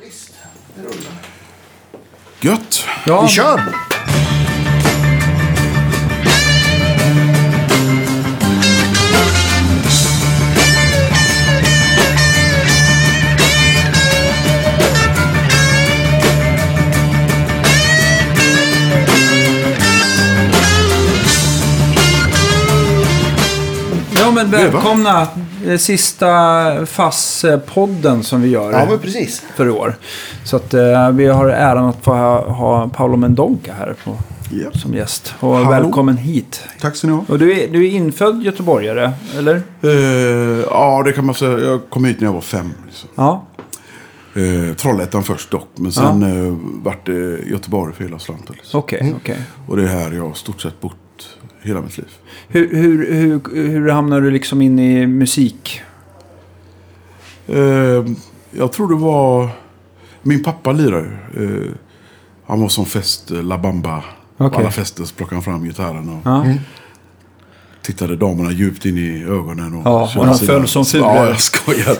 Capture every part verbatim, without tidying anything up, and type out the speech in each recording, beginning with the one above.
Visst, det rullar. Gött. Ja. Vi kör. Ja, men välkomna. Det sista F A S-podden som vi gör ja, men precis. för i år. Så att uh, vi har äran att få ha, ha Paolo Mendonca här på, yep. som gäst. Och Hallå. Välkommen hit. Tack så ni ha. Och du är, du är infödd göteborgare, eller? Uh, ja, det kan man säga. Jag kom hit när jag var fem. Liksom. Ja. Uh, Trollhättan först dock. Men sen ja. uh, vart det Göteborg för hela slanten. Liksom. Okej, okay, mm. okej. Okay. Och det är här jag har stort sett bott hela mitt liv. Hur, hur, hur, hur hamnar du liksom in i musik? Uh, jag tror det var... Min pappa lirade. Uh, han var som fest La Bamba. Okay. På alla fester så plockade han fram gitarren och ja. mm. tittade damerna djupt in i ögonen. Och ja, och han föll som ful. Ja, jag skojar.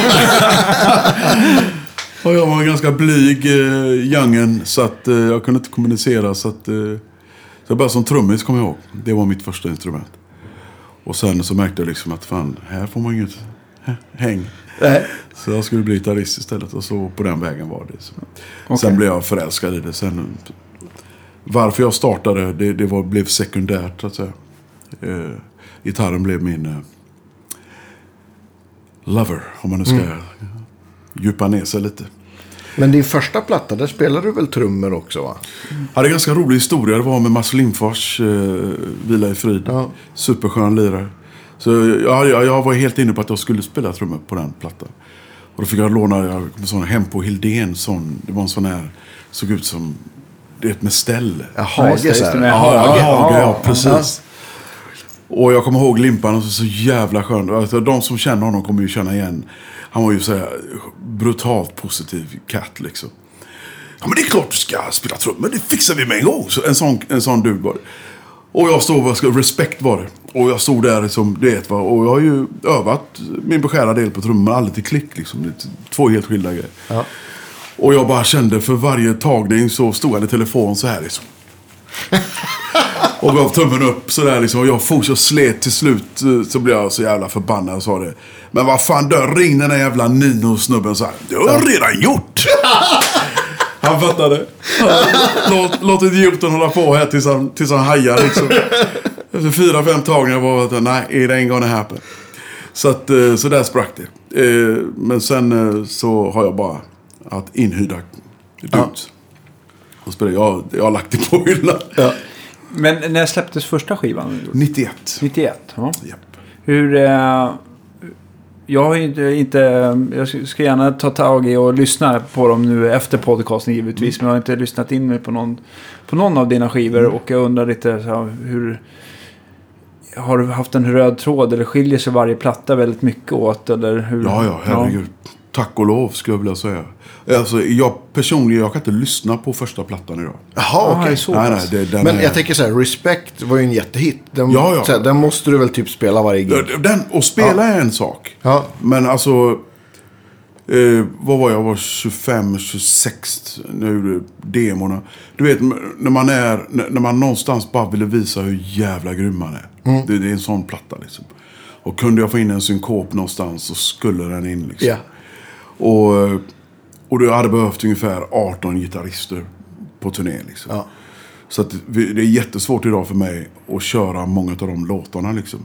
Och jag var en ganska blyg uh, youngen så att uh, jag kunde inte kommunicera. Så att... Uh, Så jag började som trummis, kommer jag ihåg. Det var mitt första instrument. Och sen så märkte jag liksom att fan, här får man inget häng. Äh. Så jag skulle bli gitarrist istället. Och så på den vägen var det. Okay. Sen blev jag förälskad i det. Sen, varför jag startade, det, det var, blev sekundärt så att säga. Uh, gitarren blev min uh, lover, om man nu ska mm. djupa ner sig lite. Men din första platta, där spelade du väl trummor också, va? Mm. Ja, det är en ganska rolig historia. Det var med Mats Lindfors, eh, Vila i frid. Ja. Superskön lirare. Så ja, jag, jag var helt inne på att jag skulle spela trummor på den plattan. Och då fick jag låna en sån hem på Hildén. Sån, det var en sån här, såg ut som, det är ett med ställ. Ja, hage så här. Ja, hage, hage, ja, precis. Ja. Och jag kommer ihåg Limpan, och så, så jävla skön. Alltså, de som känner honom kommer ju känna igen. Han var ju så här brutalt positiv katt liksom. Ja, men det är klart du ska spela trummor. Det fixar vi med en gång. Så en sån, en sån dude var det. Och jag stod, vad ska, respekt var det. Och jag stod där liksom, det vet, va. Och jag har ju övat min beskärda del på trummor. Aldrig till klick liksom. Det är två helt skilda grejer. Ja. Och jag bara kände för varje tagning så stod han i telefon så här liksom. Och gav tummen upp sådär liksom. Och jag fortsatte slet till slut. Så blev jag så jävla förbannad och sa det. Men vad fan, dör, ring den där jävla Nino-snubben så här. Det har jag redan gjort. Han fattade. Låt, låt idioten hålla på här tills han, tills han hajar liksom. Efter fyra, fem tagningar var det, nej, it ain't gonna happen. Så, att, så där sprack det. Men sen så har jag bara att inhyrda dudes. Och spelar jag, jag har lagt det på hyllan. Ja. Men när släpptes första skivan? nittioett. nittioett, ja. Japp. Hur... Eh, jag har inte, inte... Jag ska gärna ta tag i och lyssna på dem nu efter podcasten givetvis. Mm. Men jag har inte lyssnat in mig på någon, på någon av dina skivor. Mm. Och jag undrar lite så här, hur... Har du haft en röd tråd? Eller skiljer sig varje platta väldigt mycket åt? Eller hur? Ja, ja, herregud. Ja. Tack och lov skulle jag vilja säga. Alltså, jag personligen, jag kan inte lyssna på första plattan idag. Jaha, okej. Okay. Nej, nej, det, den men är... jag tänker så här, Respect var ju en jättehit. Den, ja, ja. Så här, den måste du väl typ spela varje gig? Den, och spela ja. är en sak. Ja. Men alltså, eh, vad var jag? Jag var tjugofem, tjugosex nu demorna. Du vet, när man är, när man någonstans bara ville visa hur jävla grym man är. Mm. Det, det är en sån platta liksom. Och kunde jag få in en synkop någonstans så skulle den in liksom. Ja. Och, och jag hade behövt ungefär arton gitarrister på turné liksom. Ja. Så att det är jättesvårt idag för mig att köra många av de låtarna liksom.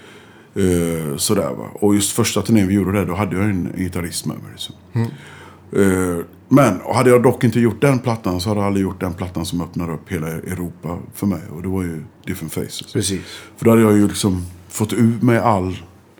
Uh, sådär va. Och just första turnén vi gjorde det, då hade jag en gitarrist med mig liksom. Mm. Uh, men hade jag dock inte gjort den plattan så hade jag aldrig gjort den plattan som öppnade upp hela Europa för mig. Och det var ju Different Faces. Precis. För då hade jag ju liksom fått ut med all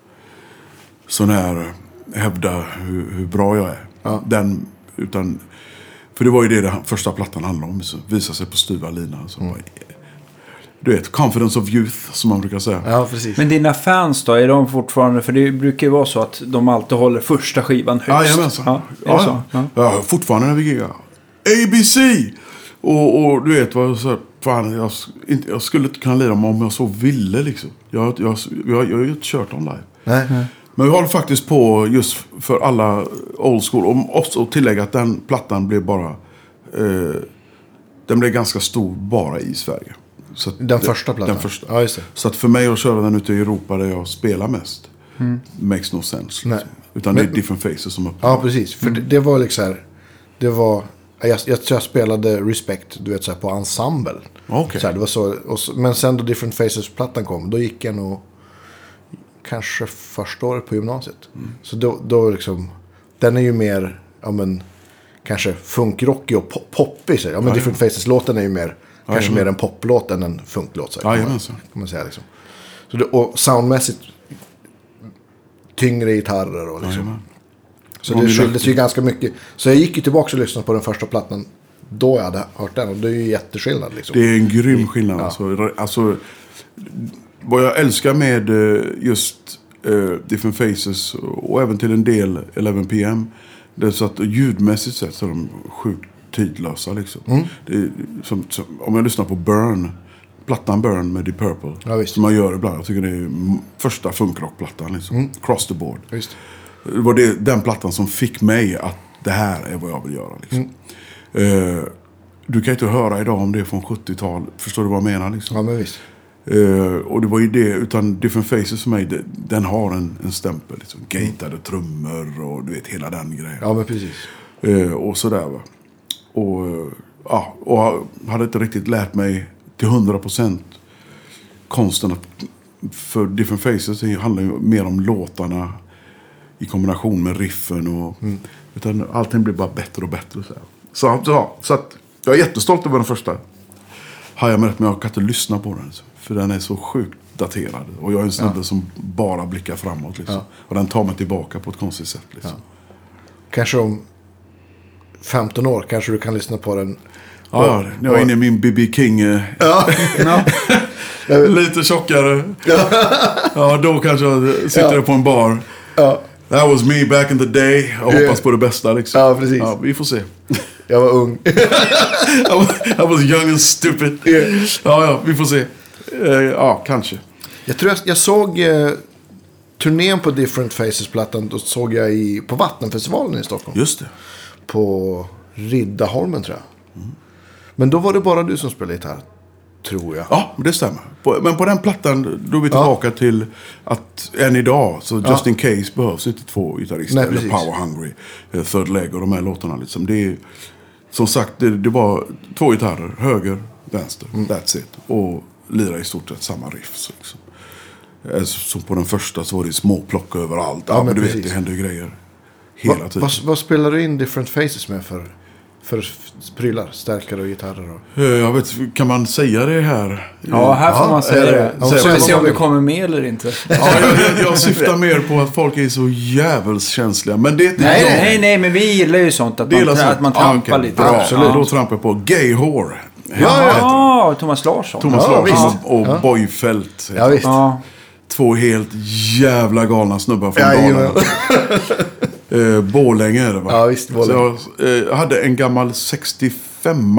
sån här hävda hur, hur bra jag är. Ja. Den, utan, för det var ju det den första plattan handlade om. Så visa sig på styva lina. Så mm. bara, du vet, confidence of youth som man brukar säga. Ja, precis. Men dina fans då, är de fortfarande, för det brukar ju vara så att de alltid håller första skivan högst. Ja, jajamensan. Ja, ja, så? Ja. Ja, fortfarande när vi giggar. A B C! Och, och du vet vad så här, fan, jag, inte, jag skulle inte kunna lira mig om jag så ville liksom. Jag, jag, jag, jag har ju inte kört dem live. Nej. Men vi håller faktiskt på just för alla old school. Och också tillägga att den plattan blev bara... Eh, den blev ganska stor bara i Sverige. Så Den det, första plattan? Den första. Ja, just det. Så att för mig att köra den ute i Europa där jag spelar mest. Mm. Makes no sense. Liksom. Nej. Utan Men, det är Different Faces som öppnar. Ja, precis. För mm. det, det var liksom här... Det var... Jag, jag tror jag spelade Respect, du vet, så här, på ensemble. Okay. Så här, det var så, och så, men sen då Different Faces-plattan kom, då gick jag nog kanske första året på gymnasiet. Mm. Så då, då liksom, den är ju mer, ja men, kanske funkrockig och pop- poppig. Så. Ja, men ja, Different ja. Faces-låten är ju mer, ja, kanske ja. mer en poplåt än en funklåt. Så, ja, kan, man, kan man säga liksom. Så det, och soundmässigt tyngre gitarrer och liksom. Ja, så det skildes ju ganska mycket. Så jag gick ju tillbaka och lyssnade på den första plattan då jag hade hört den. Och det är ju jätteskillnad liksom. Det är en grym skillnad. Ja. Alltså, alltså, vad jag älskar med just uh, Different Faces och även till en del elva p m. Det är så att ljudmässigt sett så är de sjukt tidlösa liksom. Mm. Det är, som, som, om jag lyssnar på Burn, plattan Burn med Deep Purple. Ja, som man gör ibland. Jag tycker det är första funkrockplattan liksom. Mm. Cross the board. Visst. Det var det, den plattan som fick mig att det här är vad jag vill göra. Liksom. Mm. Uh, du kan inte höra idag om det är från sjuttiotal. Förstår du vad jag menar? Liksom? Ja, men visst. Uh, och det var ju det, utan Different Faces för mig, det, den har en, en stämpel. Liksom. Gatade mm. trummor och du vet, hela den grejen. Ja, men precis. Uh, och sådär va. Och, uh, ja, och hade inte riktigt lärt mig till hundra procent konsten att, för Different Faces det handlar ju mer om låtarna i kombination med riffen och mm. utan allting blir bara bättre och bättre så här. Så, så, så att jag är jättestolt över den första. Har jag märkt, men jag kan inte lyssna på den för den är så sjukt daterad och jag är en snubbe ja. som bara blickar framåt liksom. Ja. Och den tar mig tillbaka på ett konstigt sätt liksom. Ja. Kanske om femton år kanske du kan lyssna på den. Ja, ja jag är inne i min B B King. Ja. Lite tjockare. Ja. Ja, då kanske jag sitter ja. på en bar. Ja. That was me back in the day. Jag hoppas yeah. på det bästa liksom. Ja, precis. Ja, vi får se. Jag var ung. I, was, I was young and stupid. Yeah. Ja, ja, vi får se. Uh, ja, kanske. Jag tror jag, jag såg uh, turnén på Different Faces-plattan. Då såg jag i, på Vattenfestivalen i Stockholm. Just det. På Riddarholmen tror jag. Mm. Men då var det bara du som spelade gitarr. Tror jag. Ja, det stämmer. På, men på den plattan då är vi tillbaka ja. till att än idag så Just ja. in Case behövs inte två gitarrister. Nej, eller Power Hungry, Third Leg och de här låtarna. Liksom. Det är, som sagt, det, det var två gitarrer. Höger, vänster. Mm. That's it. Och lira i stort sett samma riffs. Liksom. Så på den första så var det små plock överallt. Ja, ja, men du precis. vet, det händer grejer hela va, tiden. Vad, vad spelar du in Different Faces med för... För prylar, stärkare och gitarrer och... Jag vet, kan man säga det här? Ja, här får ja, man säga det. Ja, så vi se om du kommer med eller inte. Ja, jag, jag syftar mer på att folk är så jävelskänsliga. Men det är inte nej, nej, nej, nej, men vi gillar ju sånt. Att, man, sånt. att man trampar ah, okay. lite. Bra. Absolut. Ja. Då trampar jag på Gay Whore. Ja, ja, ja. Thomas Larsson. Thomas ja, Larsson ja, och ja. Boyfält. Ja, visst. Ja. Två helt jävla galna snubbar från ja, Dalarna. Eh, Borlänge är det va? Ja visst, så jag eh, hade en gammal sextiofem.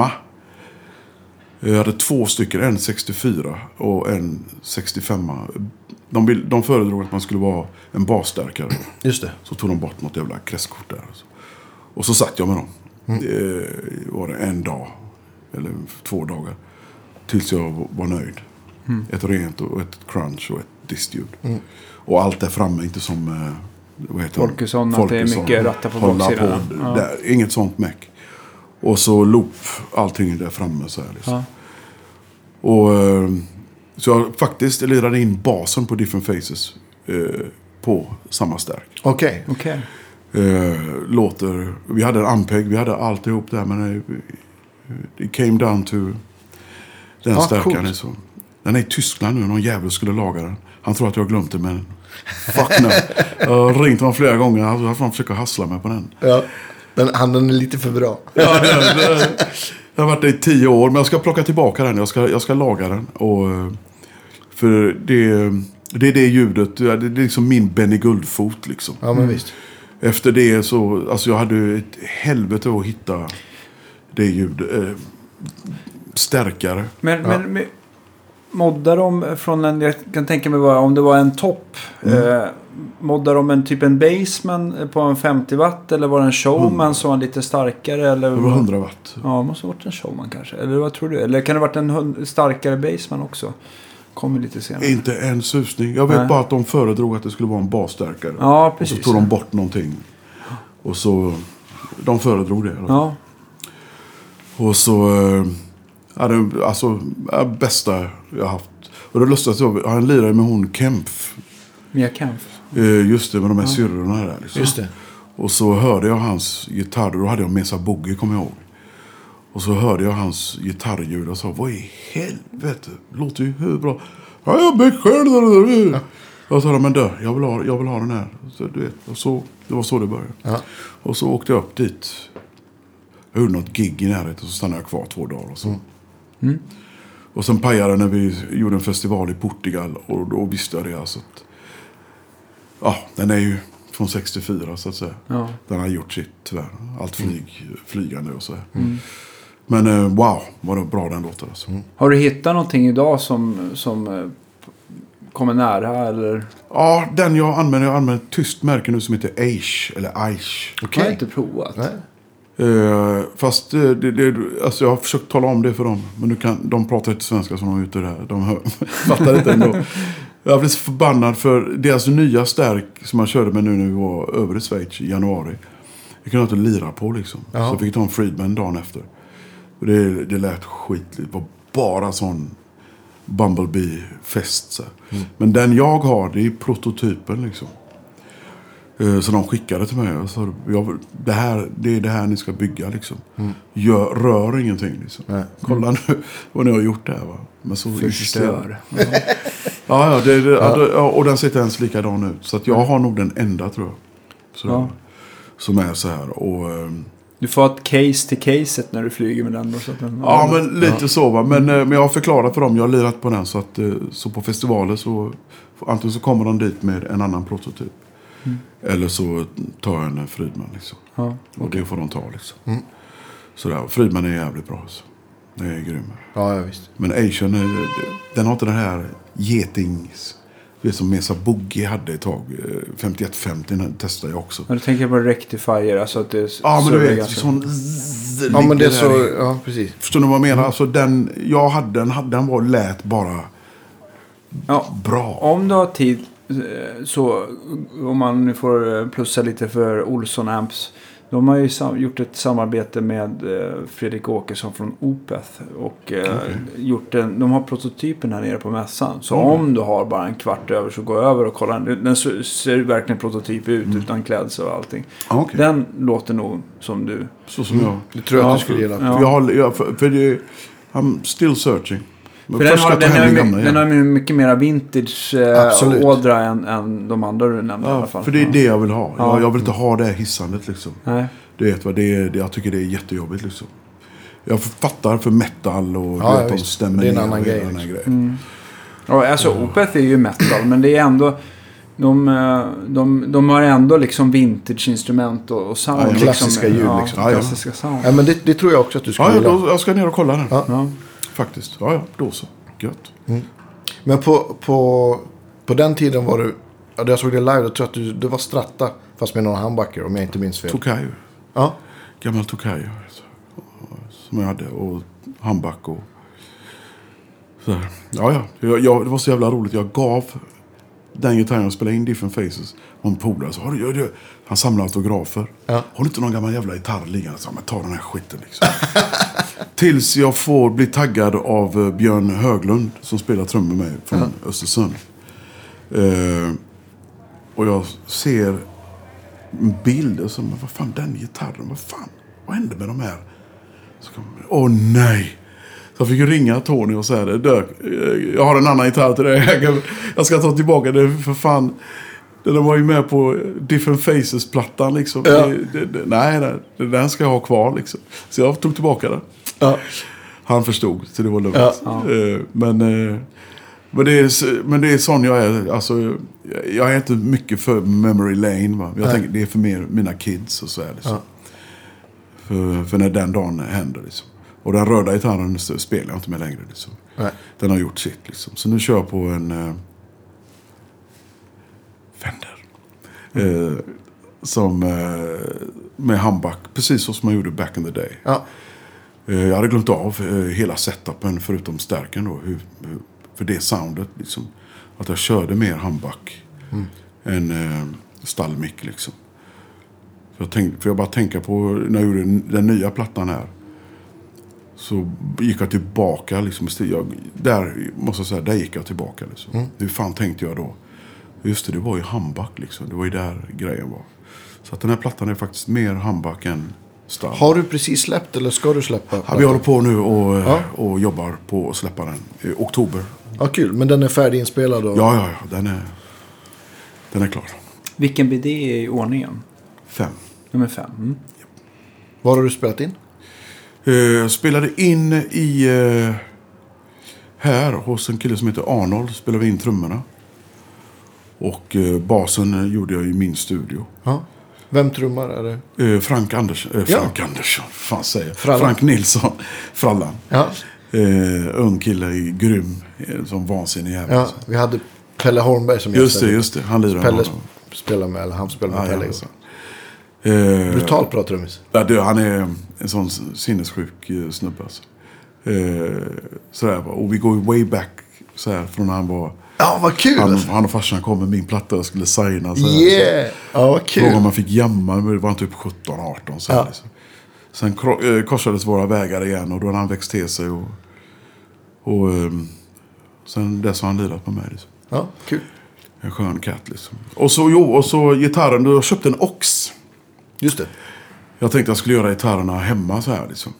Jag hade två stycken, en sextiofyra och en sextiofem. De, vill, de föredrog att man skulle vara en basstärkare. Just det. Så tog de bort något jävla kresskort där. Och så satt jag med dem. Mm. Det var det en dag eller två dagar tills jag var nöjd. Mm. Ett rent och ett crunch och ett distljud. Mm. Och allt där framme, inte som... Folkesson, att det är mycket rattar på baksidan. På, ja. där, inget sånt meck. Och så loop, allting där framme så här liksom. Ja. Och så jag faktiskt lirade in basen på Different Faces eh, på samma stärk. Okej. Okay. Okay. Eh, låter, vi hade en ampeg, vi hade alltihop där, men det came down to den ah, stärkaren. Så. Den är i Tyskland nu, någon jävel skulle laga den. Han tror att jag har glömt det, men fuck no. Jag har ringt honom flera gånger. Jag har fan försökt hassla mig på den. Ja, den handen är lite för bra. Ja, det, det, jag har varit där i tio år. Men jag ska plocka tillbaka den. Jag ska, jag ska laga den. Och, för det, det är det ljudet. Det är liksom min Benny Guldfot liksom. Ja, men visst. Efter det så... Alltså jag hade ett helvete att hitta det ljudet. Äh, stärkare. Men... Ja. men, men... moddar de från en, jag kan tänka mig bara om det var en topp. Mm. Eh, moddar de en typ en Bassman på en femtio watt eller var det en Showman mm. som var lite starkare? Eller det var hundra watt. Ja, det måste ha varit en Showman kanske. Eller vad tror du? Eller kan det ha varit en starkare Bassman också? Kommer lite senare. Inte en susning. Jag vet Nej. bara att de föredrog att det skulle vara en basstärkare. Ja, precis. Och så tog de bort någonting. Och så de föredrog det. Ja. Och så ja, det alltså bästa jag har haft. Och det är lustigt att jag har en lirare med hon Kempf. Mia Kempf. Just det, med de här ja. syrrorna där. Liksom. Just det. Och så hörde jag hans gitarr. Då hade jag Mesa Boogie, kommer jag ihåg. Och så hörde jag hans gitarrljud och sa, vad i helvete? Låter ju hur bra. Ja, jag blir själv. Ja. Jag sa, men dö, jag vill ha, jag vill ha den här. Så, du vet, och så, det var så det började. Ja. Och så åkte jag upp dit. Jag gjorde något gig i närheten och så stannade jag kvar två dagar. Och så. Mm. Mm. Och sen pajade när vi gjorde en festival i Portugal. Och då visste jag det alltså att, ja, den är ju från sextiofyra så att säga. Ja. Den har gjort sitt tyvärr. Allt flyg, mm. flygande och så här. Mm. Men uh, wow, vad bra den låter alltså. Mm. Har du hittat någonting idag som, som uh, kommer nära eller? Ja, den jag använder, jag använder ett tyst märke nu som heter Aish eller Aish. Okej. Okay. Jag har inte provat. Nej. Uh, fast uh, det, det, alltså jag har försökt tala om det för dem. Men du kan, de pratar inte svenska som de är ute där. De hör, fattar inte ändå. Jag blev så förbannad för deras nya stärk som man körde med nu när vi var över i Schweiz i januari. Jag kunde inte lira på liksom. Jaha. Så jag fick ta en Friedman dagen efter. Och det, det lät skitligt. Det var bara sån Bumblebee-fest. Så. Mm. Men den jag har, det är prototypen liksom. Så de skickade till mig och sa, jag, det, här, det är det här ni ska bygga liksom. Mm. Gör, rör ingenting liksom. Mm. Kolla nu vad ni har gjort där va. Men så förstör. ja, ja, det, det, ja. Och den sitter ens likadan ut. Så att jag har nog den enda tror jag. Så, ja. Som är så här. Och, du får ett case till caset när du flyger med den. Då, så att den ja, men lite ja. så va. Men, men jag har förklarat för dem. Jag har lirat på den. Så, att, så på festivaler så antingen så kommer de dit med en annan prototyp. Mm. Eller så tar jag en Friedman liksom. Ja, okay. Och det får de ta liksom. Mm. Sådär. Friedman är jävligt bra alltså. Det är grym. Ja, ja visst. Men Asian, den har inte den här getings... Det som Mesa Boogie hade ett tag. femtioett femtio testade jag också. Ja, du tänker på Rectifier. Alltså att det är ja, men du vet. Ganska... Sån ja, men det är så... Ja, precis. Förstår du vad jag menar? Mm. Alltså den... Jag hade den. Den var lät bara... Ja, bra. Om du har tid... Så om man nu får plussa lite för Olsson Amps. De har ju sam- gjort ett samarbete med eh, Fredrik Åkesson från Opeth. Och eh, okay. gjort en, de har prototypen här nere på mässan. Så mm. om du har bara en kvart över så gå över och kolla. Den, den ser verkligen prototyp ut mm. utan klädsel och allting. Okay. Den låter nog som du. Så som jag. Det tror jag ja, att du skulle gilla. Ja. För jag har, jag, för, för det, I'm still searching. För den har, den, är, gamla, den har mycket mer vintage-ådra äh, än, än de andra du nämnde ja, i alla fall. För det är det jag vill ha. Ja. Jag, jag vill inte ha det här hissandet liksom. Nej. Du vet vad, det är, det, jag tycker det är jättejobbigt liksom. Jag fattar för metal och ja, vet, de stämmer det är en annan grej. Annan grej. Mm. Ja, alltså ja. Opeth är ju metal, men det är ändå... De, de, de har ändå liksom vintage-instrument och, och sound. Ja, klassiska liksom, ljud ja, liksom. Ja, klassiska sound. Ja, men det, det tror jag också att du ska ja, gilla. Ja, jag ska ner och kolla den. Ja. Ja. Faktiskt. Ja, ja, då så. Gött. Mm. Men på, på, på den tiden var du... Ja, jag såg det live, då tror jag att du, du var Stratta. Fast med några handbacker, om jag inte minns fel. Tokayo. Ja. Gammal Tokayo. Som jag hade. Och handback och... Så ja, ja. Jag, jag, det var så jävla roligt. Jag gav den gitarren och spelade in Different Faces. Och en polare sa, du, du, han samlar autografer. Ja. Har du inte någon gammal jävla gitarr liggande? Så, men ta den här skiten liksom. Tills jag får bli taggad av Björn Höglund som spelar trummor med mig från mm. Östersund. Uh, och jag ser en bild och så, men vad fan, den gitarren, vad fan, vad hände med de här? Åh oh, nej! Så jag fick ju ringa Tony och säga det, jag har en annan gitarr till dig. Jag ska ta tillbaka det för fan. Den var ju med på Different Faces-plattan liksom. Ja. Det, det, det, nej, det, den ska jag ha kvar liksom. Så jag tog tillbaka den. Ja. Han förstod, så det var lugnt. Ja. Uh, men, uh, men, det är, men det är sån jag är. Alltså, jag är inte mycket för memory lane. Va? Jag tänker, det är för mer mina kids och så är det så. Ja. För, för när den dagen händer liksom. Och den röda gitarren spelar jag inte med längre. Liksom. Nej. Den har gjort sitt. Liksom. Så nu kör jag på en uh, Fender. Mm. Uh, som uh, med handback. Precis så som man gjorde back in the day. Ja. Uh, jag hade glömt av uh, hela setupen förutom stärken då. Hur, hur, för det soundet liksom. Att jag körde mer handback mm. än uh, stallmick liksom. För jag, tänkte, för jag bara tänka på när jag gjorde den nya plattan här. Så gick jag tillbaka liksom. Jag, där måste jag säga, där gick jag tillbaka liksom. Mm. Hur fan tänkte jag då? Just det, det var ju handback liksom. Det var ju där grejen var. Så att den här plattan är faktiskt mer handback än stall. Har du precis släppt eller ska du släppa? Ja, vi håller på nu och, ja. och jobbar på att släppa den i oktober. Ja, kul. Men den är färdiginspelad då? Ja, ja, ja. Den är, den är klar. Vilken blir det i ordningen? Fem. Nummer fem. Mm. Ja. Var har du spelat in? Jag uh, spelade in i... Uh, här hos en kille som heter Arnold. Spelade vi in trummorna. Och uh, basen uh, gjorde jag i min studio. Ja. Vem trummar är det? Uh, Frank Andersson. Uh, Frank ja. Andersson. Fan säger Frallan. Frank Nilsson. Frallan. Ja. Uh, ung kille i grym. Uh, som vansinnig jävel. Ja, vi hade Pelle Holmberg som Just det, just det. Han lirar Pelle spelar med, eller han spelar med ah, Pelle. Ja, Uh, Brutalt bra trummis. Ja, det, han är en sån sinnessjuk uh, snubbe alltså. Uh, sådär, och vi går way back såhär, från när han var... Ja, vad kul! Han, han och farsan kom med min platta och skulle signa. Såhär, yeah! Så. Ja, vad kul! Frågan om man fick jamma, men det var typ sjutton arton. Så ja. liksom. Sen kro- uh, korsades våra vägar igen och då hade han växt till sig. Och, och um, sen dess har han lirat på mig. Liksom. Ja, kul. En skön katt liksom. Och så, jo, och så gitarren, då jag köpte en Ox. Just det. Jag tänkte jag skulle göra gitarrerna hemma så här liksom.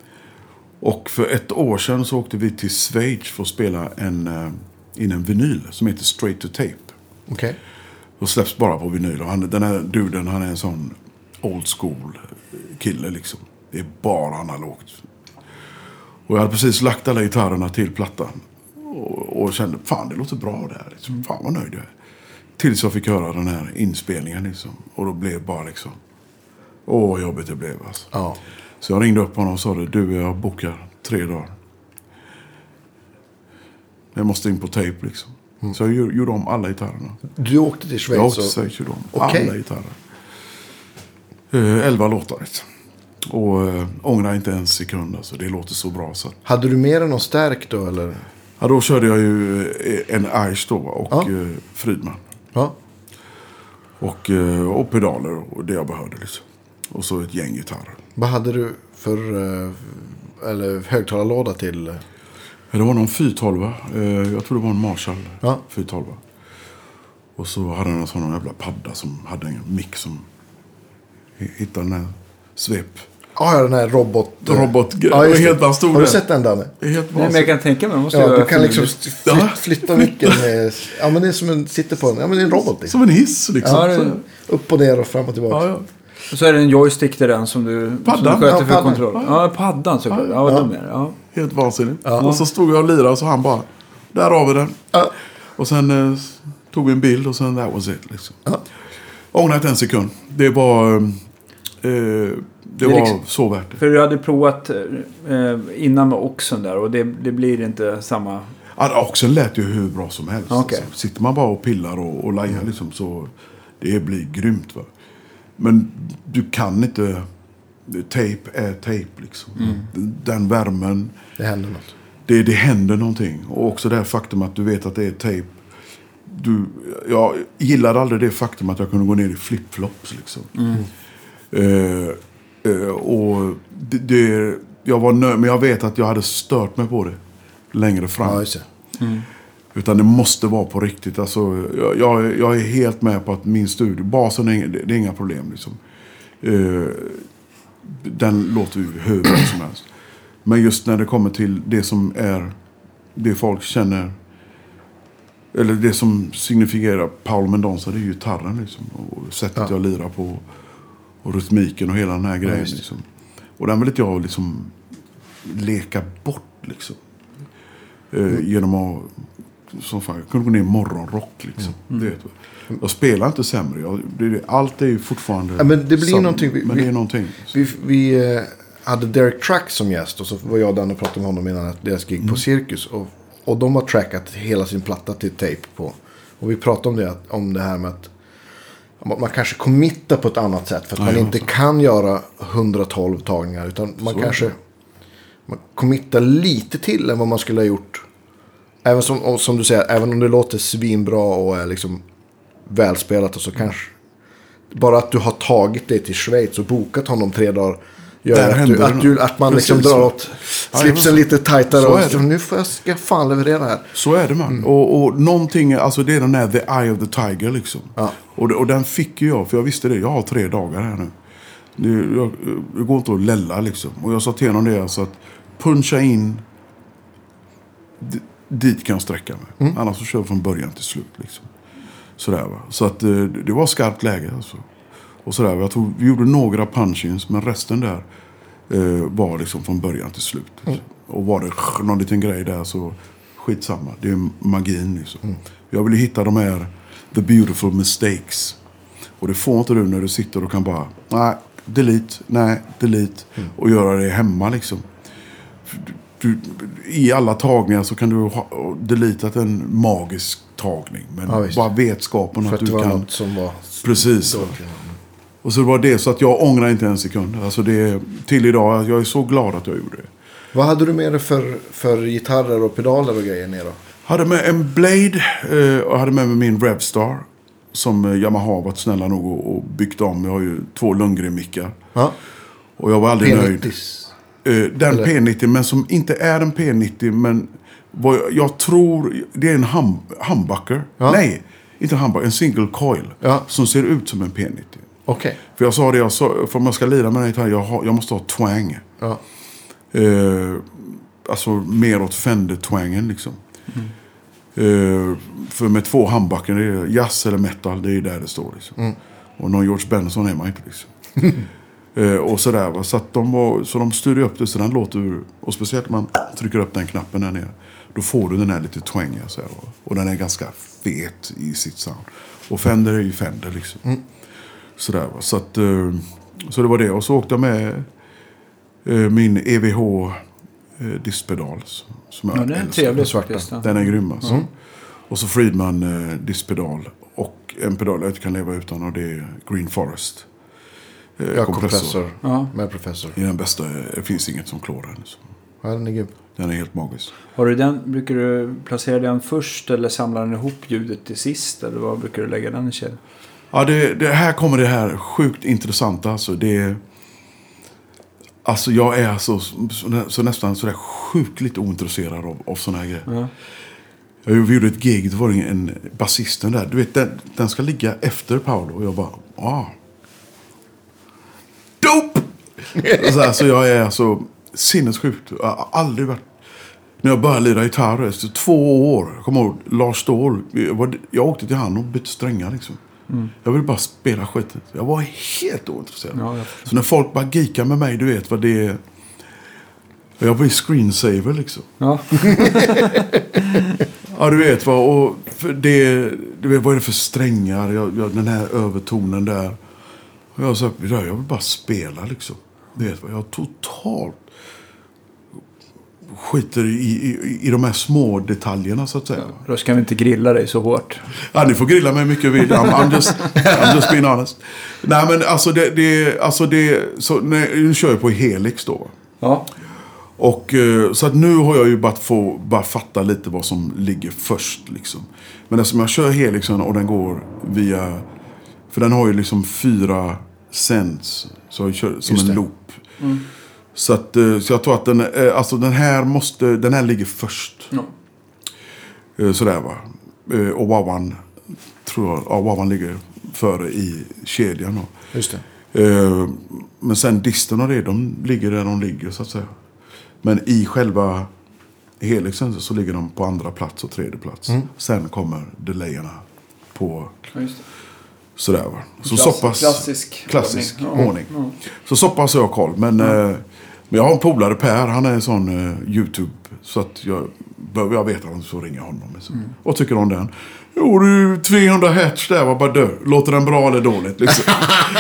Och för ett år sedan så åkte vi till Schweiz för att spela en, uh, in en vinyl som heter Straight to Tape. Okej. Okay. Och släpps bara på vinyl. Och han, den här duden, han är en sån old school kille liksom. Det är bara analogt. Och jag hade precis lagt alla gitarrerna till plattan. Och, och kände, fan det låter bra det här. Liksom. Fan vad nöjd jag är. Tills jag fick höra den här inspelningen liksom. Och då blev bara liksom... Åh, vad jobbigt det blev alltså. Ja. Så jag ringde upp honom och sa det. Du, jag bokar tre dagar. Jag måste in på tape liksom. Mm. Så jag gjorde om alla gitarrerna. Du åkte till Schweiz? Jag åkte till Schweiz och gjorde om okay. alla gitarrer. Uh, elva låtar. Och uh, ångrar inte en sekund. Alltså. Det låter så bra. Så. Hade du mer än någon stärk då? Eller? Ja, då körde jag ju en Ice då och ja. uh, Frydman. Ja. Och, uh, och pedaler och det jag behövde liksom. Och så ett gäng gitarrer. Vad hade du för eller högtalarlåda till? Det var någon fyrtolv. Jag tror det var en Marshall ja. fyrtolv. Och så hade den en sån jävla padda som hade en mick som hittade den här svep. Ja, den här robot... Robot. Ja, just helt han stod Har du där. sett den, Danne? Helt Nej, men jag kan tänka mig. Måste ja, jag du kan liksom fly- ja. flytta micken med... Ja, men det är som en... Sitter på en... Ja, men det är en robot. Liksom. Som en hiss liksom. Ja, det, upp och ner och fram och tillbaka. Ja, ja. Och så är det en joystick till den som du, paddan. som du sköter ja, för paddan. kontroll. Ja, ja paddan såklart. Ja, ja. Ja. Ja. Helt vansinnigt. Ja. Och så stod jag och lirade och så han bara, där har vi den. Ja. Och sen eh, tog vi en bild och sen that was it. Liksom. Ja. Ångrat en sekund. Det var, eh, det, det var liksom, så värt det. För du hade provat eh, innan med Oxen där och det, det blir inte samma... Ja, Oxen lät ju hur bra som helst. Okay. Alltså, sitter man bara och pillar och, och lajar mm. liksom, så det blir grymt va. Men du kan inte... Tape är tape liksom. Mm. Den värmen. Det händer något. Det, det händer någonting. Och också det här faktum att du vet att det är tape. Du, jag gillade aldrig det faktum att jag kunde gå ner i flip-flops liksom. Mm. Uh, uh, och det, det, jag var nöjd, men jag vet att jag hade stört mig på det längre fram. Ja, just det. Mm. Utan det måste vara på riktigt. Alltså, jag, jag, jag är helt med på att min studio, basen är, det, det är inga problem liksom. Uh, den låter ju hur bra som helst. Men just när det kommer till det som är det folk känner, eller det som signifierar Paul Mendonça, det är ju gitarren liksom, och sättet ja. jag lirar på och rytmiken och hela den här grejen ja, liksom. Och den vill inte jag liksom leka bort liksom. Mm. Uh, genom att som fan, jag kunde gå ner i morgonrock liksom. Mm. Det vet jag. Jag spelar inte sämre. Jag, det, allt är ju fortfarande ja, men det blir sam, någonting. Vi, men det är någonting. Vi, vi eh, hade Derek Track som gäst. Och så var jag där och pratade med honom innan deras gig mm. på Cirkus. Och, och de har trackat hela sin platta till tape på. Och vi pratade om det, om det här med att man kanske committar på ett annat sätt. För att Nej, man inte kan göra hundratolv tagningar. Utan man så kanske man committar lite till än vad man skulle ha gjort. Även som, som du säger, även om det låter svinbra och är liksom välspelat. Och så kanske bara att du har tagit dig till Schweiz och bokat honom tre dagar. Gör att, du, att, du, att man liksom drar åt slipsen lite tajtare. Och så, nu får jag ska fan leverera här. Så är det man. Mm. Och, och någonting, alltså det är den här The Eye of the Tiger liksom. Ja. Och, och den fick ju jag, för jag visste det. Jag har tre dagar här nu. Det, jag, jag går inte att lälla liksom. Och jag sa till honom det, alltså att puncha in d- dit kan jag sträcka mig. Mm. Annars så kör jag från början till slut liksom. Sådär va. Så att det, det var skarpt läge alltså. Och sådär, jag tror vi gjorde några punch-ins, men resten där eh, var liksom från början till slut. Mm. Och var det någon liten grej där så skitsamma, det är magin liksom. Mm. Jag vill hitta de här the beautiful mistakes. Och det får inte du när du sitter och kan bara, nej, delete, nej, delete. Mm. Och göra det hemma liksom. Du, i alla tagningar så kan du ha deletat en magisk tagning. Men ja, bara vetskapen för att, att du det var kan... något som var... Precis. Och så var det så att jag ångrar inte en sekund. Alltså det till idag, jag är så glad att jag gjorde det. Vad hade du med dig för, för gitarrer och pedaler och grejer ner då? Hade med en Blade eh, och hade med mig min Revstar. Som eh, Yamaha varit snälla nog och, och byggt om. Jag har ju två Lundgren-mickar. Ja. Och jag var aldrig P nittio. Nöjd. Eh, den Eller? P nittio, men som inte är en P nittio. Men vad jag, jag tror, det är en hum, humbucker. Ja. Nej, inte en humbucker, en single coil. Ja. Som ser ut som en P nittio. Okay. För jag sa det, jag sa, för om jag ska lira med den här, jag, har, jag måste ha twang. Ja. Eh, alltså mer åt Fender-twangen liksom. Mm. Eh, för med två handbacken, det är jazz eller metal, det är där det står liksom. Mm. Och någon George Benson är man inte liksom. eh, och sådär va. Så att de var, så de styrde upp det så den låter, och speciellt när man trycker upp den knappen där nere, då får du den här lite twangiga så här, och den är ganska fet i sitt sound. Och Fender är ju Fender liksom. Mm. Sådär, så att så det var det. Och så åkte jag med min E V H diskpedal som jag ja, det är en trevlig svarta. Den är grym alltså. Mm. Och så Friedman diskpedal och en pedal jag inte kan leva utan, och det är Green Forest. Ja, kompressor. Ja. Med professor. I den bästa, det finns inget som klår den. Så. Ja, den är grym. Den är helt magisk. Har du den, brukar du placera den först eller samla den ihop ljudet till sist? Eller vad brukar du lägga den i kedjan? Ja, det, det här kommer det här sjukt intressanta. Alltså, det, alltså jag är så, så, så nästan sådär sjukt lite ointresserad av, av sådana här grejer. Mm. Jag gjorde ett gig, det var en basisten där. Du vet, den, den ska ligga efter Paolo. Och jag bara, ah. Dope! så, här, så jag är så sinnessjukt. Jag har aldrig varit... När jag började lira gitarr efter två år. Jag kommer ihåg, Lars Ståhl. Jag, jag åkte till han och bytte strängar liksom. Mm. Jag ville bara spela skitet. Jag var helt ointresserad. Ja, så när folk bara geekar med mig, du vet vad det är. Jag blir screensaver liksom. Ja. ja, du vet vad. Och för det, du vet, vad är det för strängar? Jag, jag, den här övertonen där. Och jag sa, jag vill bara spela liksom. Du vet vad, jag har totalt skiter i, i, i de här små detaljerna så att säga. Ja, då ska vi inte grilla dig så hårt. Ja, ni får grilla mig mycket vill. I'm, I'm just, I'm just being honest. Nej, men alltså det, det alltså det, så nu kör jag på Helix då. Ja. Och så att nu har jag ju bara få bara fatta lite vad som ligger först liksom. Men eftersom jag kör Helixen och den går via, för den har ju liksom fyra cents så jag kör som en loop. Mm. Så, att, så jag tror att den, alltså den här måste, den här ligger först. Ja. Sådär va. Och Wawan tror jag, ja, Wawan ligger före i kedjan. Just det. Men sen disten och det, de ligger där de ligger så att säga. Men i själva helixen så ligger de på andra plats och tredje plats. Mm. Sen kommer delayerna på... Ja, just det. Sådär va. Så Klass, så pass, klassisk, klassisk ordning. ordning. Ja. Ja. Så så pass har jag koll. Men, mm. eh, men jag har en polare Per. Han är en sån eh, YouTube. Så att jag behöver jag veta honom så ringer jag honom. Så. Mm. Och tycker om den. Jo du, trehundra hertz där var bara dö. Låter den bra eller dåligt liksom.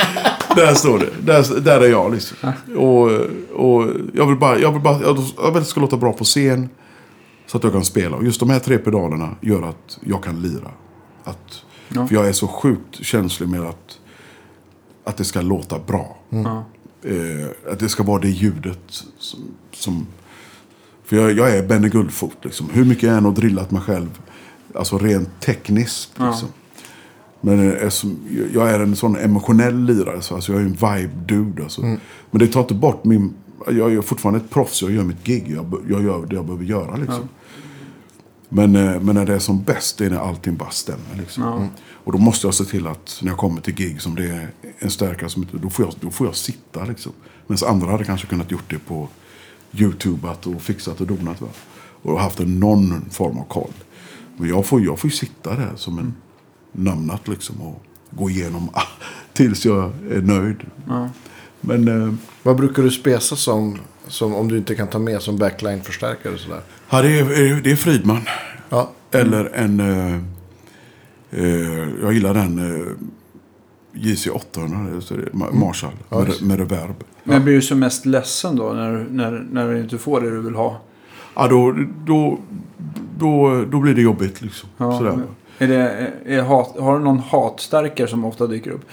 Där står det. Där, där är jag liksom. Och, och jag vill bara, jag vill bara, jag vill att det ska låta bra på scen. Så att jag kan spela. Och just de här tre pedalerna gör att jag kan lira. Att, ja. För jag är så sjukt känslig med att, att det ska låta bra. Mm. Eh, att det ska vara det ljudet som... som för jag, jag är Benny Guldfot liksom. Hur mycket jag än har drillat mig själv. Alltså rent tekniskt liksom. Ja. Men jag är en sån emotionell lirare. Så alltså jag är en vibe-dude. Alltså. Mm. Men det tar inte bort min... Jag är fortfarande ett proffs. Jag gör mitt gig. Jag, jag gör det jag behöver göra liksom. Ja. Men, men när det är som bäst, det är när allting bara stämmer liksom. Ja. Mm. Och då måste jag se till att när jag kommer till gig som det är en stärkare som inte... Då får jag, då får jag sitta liksom. Medan andra hade kanske kunnat gjort det på YouTube och fixat och donat. Va? Och haft en någon form av koll. Men jag får, jag får ju sitta där som en... Mm. namnat liksom och gå igenom ah, tills jag är nöjd. Ja. Men eh, vad brukar du spesa som, som om du inte kan ta med som backline-förstärkare och sådär? Ja, det är, det är Friedman. Ja. Eller en eh, eh, jag gillar den eh, J C åttahundra Marshall mm. med, med reverb. Men ja. Blir du så mest ledsen då när, när, när du inte får det du vill ha? Ja, då då, då, då blir det jobbigt liksom. Ja, sådär. Men... Är det, är hat, har du någon hatstärkare som ofta dyker upp?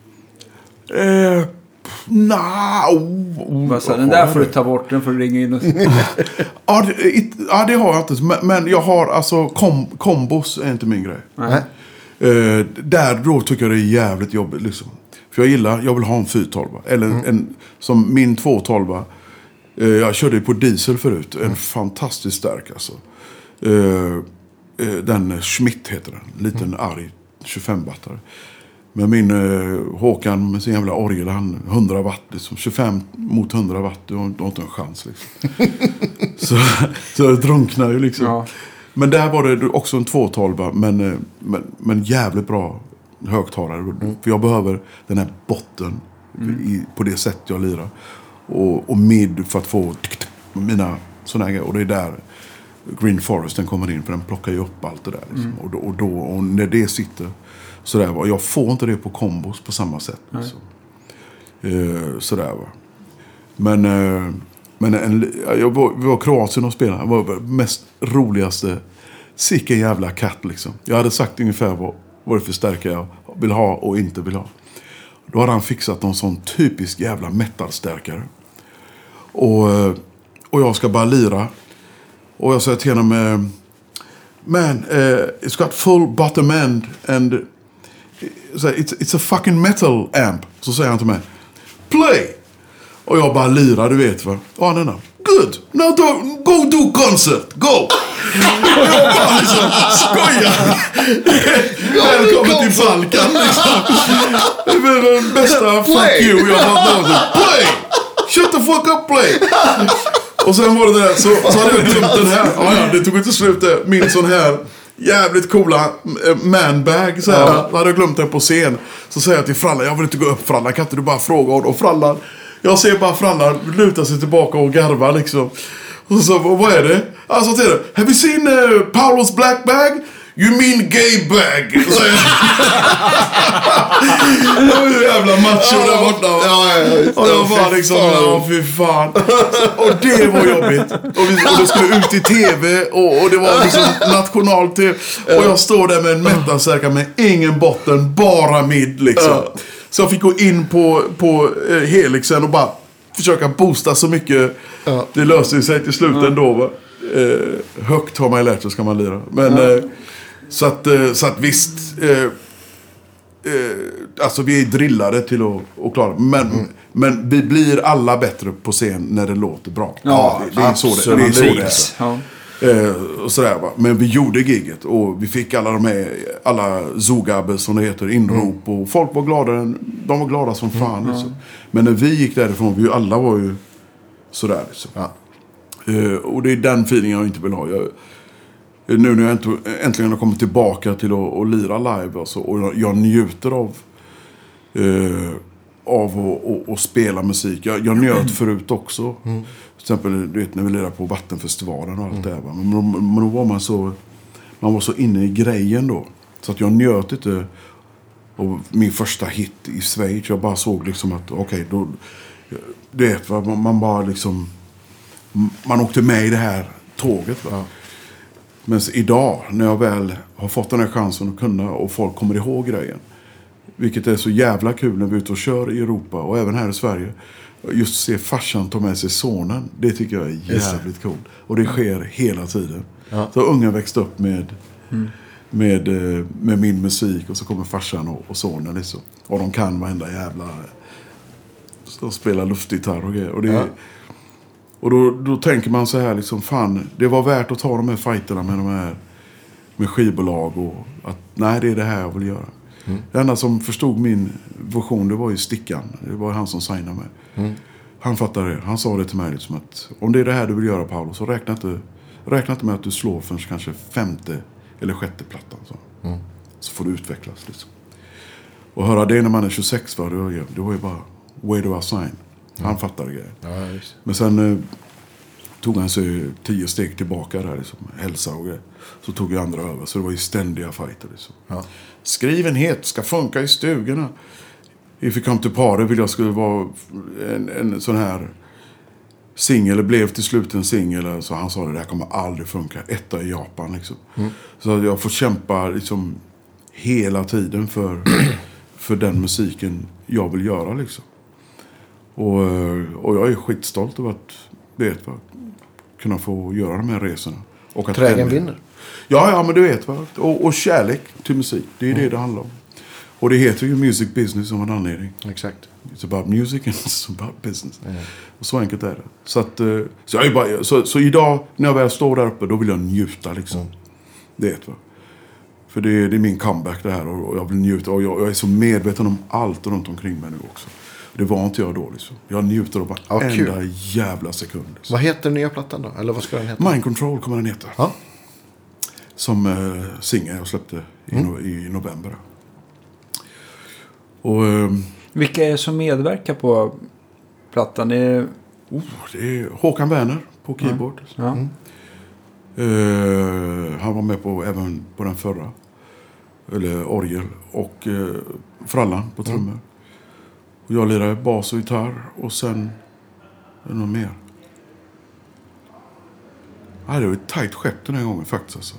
Eh, nah, oh, oh, den där får du ta bort, den får du ringa in och... ja, det, it, ja, det har jag inte. Men, men jag har alltså kom, kombos är inte min grej. Nej. Eh, där då tycker jag det är jävligt jobbigt liksom. För jag gillar, jag vill ha en fyrtolva. Eller mm. en, som min tvåtolva. Eh, jag körde på diesel förut. En mm. fantastiskt stark alltså. Eh, Den Schmidt heter den. Liten mm. arg tjugofem-wattare. Men min uh, Håkan med sin jävla orgel, han hundra watt. Liksom, tjugofem mot hundra watt. Du har, du har inte en chans liksom. så, så jag drunknar ju liksom. Ja. Men där var det också en tvåtolva. Men, men, men jävligt bra högtalare. Mm. För jag behöver den här botten mm. i, på det sätt jag lirar. Och, och mid för att få mina sådana här. Och det är där Green Forest den kommer in, för den plockar ju upp allt det där liksom. mm. och, då, och då och när det sitter sådär va, jag får inte det på kombos på samma sätt liksom. eh, sådär va men eh, men en, jag var, vi var i Kroatien och spelade. Det var mest roligaste sicken jävla katt liksom. Jag hade sagt ungefär vad, vad det för stärka jag vill ha och inte vill ha. Då hade han fixat någon sån typisk jävla metalstärkare och, och jag ska bara lira. Och jag säger till honom, uh, man, uh, it's got full bottom end and uh, it's, it's a fucking metal amp. Så säger han till mig, play! Och jag bara lirar, du vet va. Och han är där, good, now do, go do concert, go! Och jag bara liksom, skojar! Välkommen till Balkan liksom. Det är den bästa fuck you jag har någonsin. Play! Shut the fuck up, play! Och sen var det där, så, så hade jag glömt den här. Ja, ja, det tog inte slut det. Min sån här jävligt coola manbag. Så här. Ja. Då hade jag glömt den på scen. Så säger jag till Frallan, jag vill inte gå upp Frallan. Kan inte du bara fråga? Och Frallan, jag ser bara Frallan luta sig tillbaka och garva liksom. Och så, vad är det? Alltså till det, have you seen uh, Paolo's black bag? You mean gay bag? Det var ju jävla macho där borta. Ja, ja, ja. Och jag var liksom, ja fy fan. Och det var jobbigt. Och, vi, och det skulle ut i tv. Och, och det var liksom national-tv. Och jag står där med en metalstärkare med ingen botten, bara mid liksom. Så jag fick gå in på, på eh, Helixen och bara försöka boosta så mycket. Det löste sig till slut ändå va. Eh, högt har man ju lärt sig ska man lira. Men... Eh, Så att, så att visst eh, eh, alltså vi är drillade till att, att klara men, mm. men vi blir alla bättre på scen när det låter bra. Ja, det, det är så det, det är. Så det är. Ja. Eh, och sådär, va? Men vi gjorde gigget och vi fick alla de här, alla zogabbes som det heter, inrop mm. och folk var glada, de var glada som fan. Mm. Liksom. Men när vi gick därifrån, vi alla var ju sådär. Liksom. Ja. Eh, och det är den feelingen jag inte vill ha. Jag, Nu när jag inte, äntligen har kommit tillbaka till att, att lira live alltså, och jag, jag njuter av eh, av att, att, att spela musik. Jag, jag njöt förut också. Mm. Till exempel du vet, när vi lirade på Vattenfestivalen och allt mm. det här. Men, men då var man så man var så inne i grejen då. Så att jag njöt inte Och min första hit i Schweiz, jag bara såg liksom att okej, okay, då du vet va, man bara liksom man åkte med i det här tåget va. Ja. Men idag när jag väl har fått den här chansen att kunna och folk kommer ihåg grejen, vilket är så jävla kul när vi är ute och kör i Europa och även här i Sverige, just se farsan ta med sig sonen, det tycker jag är jävligt coolt. Och det sker hela tiden. Ja. Så unga växte upp med mm. med, med min musik och så kommer farsan och, och sonen liksom. Och de kan varenda jävla så spela luftgitarr och grejer. Och, det, ja. och då, då tänker man så här liksom, fan, det var värt att ta de här fighterna med de här med skivbolag och att nej, det är det här jag vill göra. Mm. Det enda som förstod min version, det var ju Stickan. Det var han som signade mig. Mm. Han fattade det. Han sa det till mig liksom att om det är det här du vill göra, Paolo, så räkna inte, räkna inte med att du slår förrän kanske femte eller sjätte plattan. Så, mm. så får du utvecklas liksom. Och höra det när man är tjugosex var det, det var ju bara way do I sign. Han mm. fattade det. Ja, men sen eh, tog han sig tio steg tillbaka där liksom, hälsa och grejer. Så tog jag andra över, så det var ju ständiga fighter liksom. Ja. Skrivenhet ska funka i stugorna. If you come to party vill jag skulle vara en, en sån här singel, blev till slut en singel, så han sa det där kommer aldrig funka, etta i Japan liksom. Mm. Så jag får kämpa liksom hela tiden för för den musiken jag vill göra liksom. Och, och jag är skitstolt över att vet vad, kunna få göra de här resorna. Och att trägen vinner. Ja, ja, men du vet va. Och, och kärlek till musik, det är mm. det det handlar om. Och det heter ju music business som en anledning. Exakt. It's about music and it's about business. Mm. Och så enkelt är det. Så, att, så, jag är bara, så, så idag när jag väl står där uppe, då vill jag njuta liksom. Mm. Det vet va. För det är, det är min comeback det här. Och jag vill njuta. Och jag, jag är så medveten om allt runt omkring mig nu också. Det var inte jag då liksom. Jag njuter av varenda ja, jävla sekund. Liksom. Vad heter den nya plattan då? Eller vad ska den heta? Mind Control kommer den heta. Ja. Som eh, singel jag släppte i, mm. no, i november. Och, eh, vilka är det som medverkar på plattan? Det är, oh, det är Håkan Werner på keyboard. Ja. Mm. Eh, han var med på även på den förra. Eller orgel. Och eh, Frallan på trummor. Mm. Och jag lirar bas och gitarr. Och sen är det något mer. Ja, det var ett tajt skepp den här gången faktiskt. Alltså.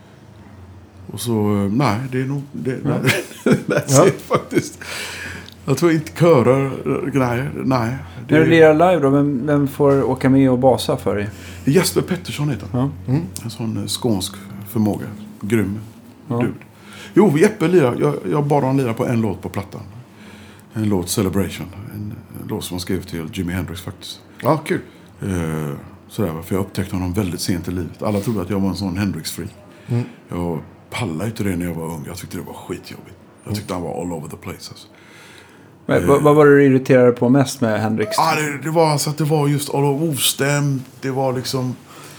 Och så, nej, det är nog... Det, ja. nej, det ja. faktiskt. Jag tror inte körar... Nej, nej. Det, när du lirar live då, vem, vem får åka med och basa för dig? Jesper Pettersson heter han. Ja. Mm. En sån skånsk förmåga. Grym. Ja. Dude. Jo, Jeppe lirar. Jag, jag bara han lirar på en låt på plattan. En låt Celebration. En, en låt som han skrev till Jimi Hendrix faktiskt. Ja, kul. Uh, sådär, för jag upptäckte honom väldigt sent i livet. Alla trodde att jag var en sån Hendrix-freak. Mm. Jag pallade inte det när jag var ung. Jag tyckte det var skitjobbigt. Jag tyckte mm. han var all over the place. Alltså. Men, uh, vad, vad var det du irriterade på mest med Hendrix? Ah, det, det var alltså att det var just all over ostämt. Det var liksom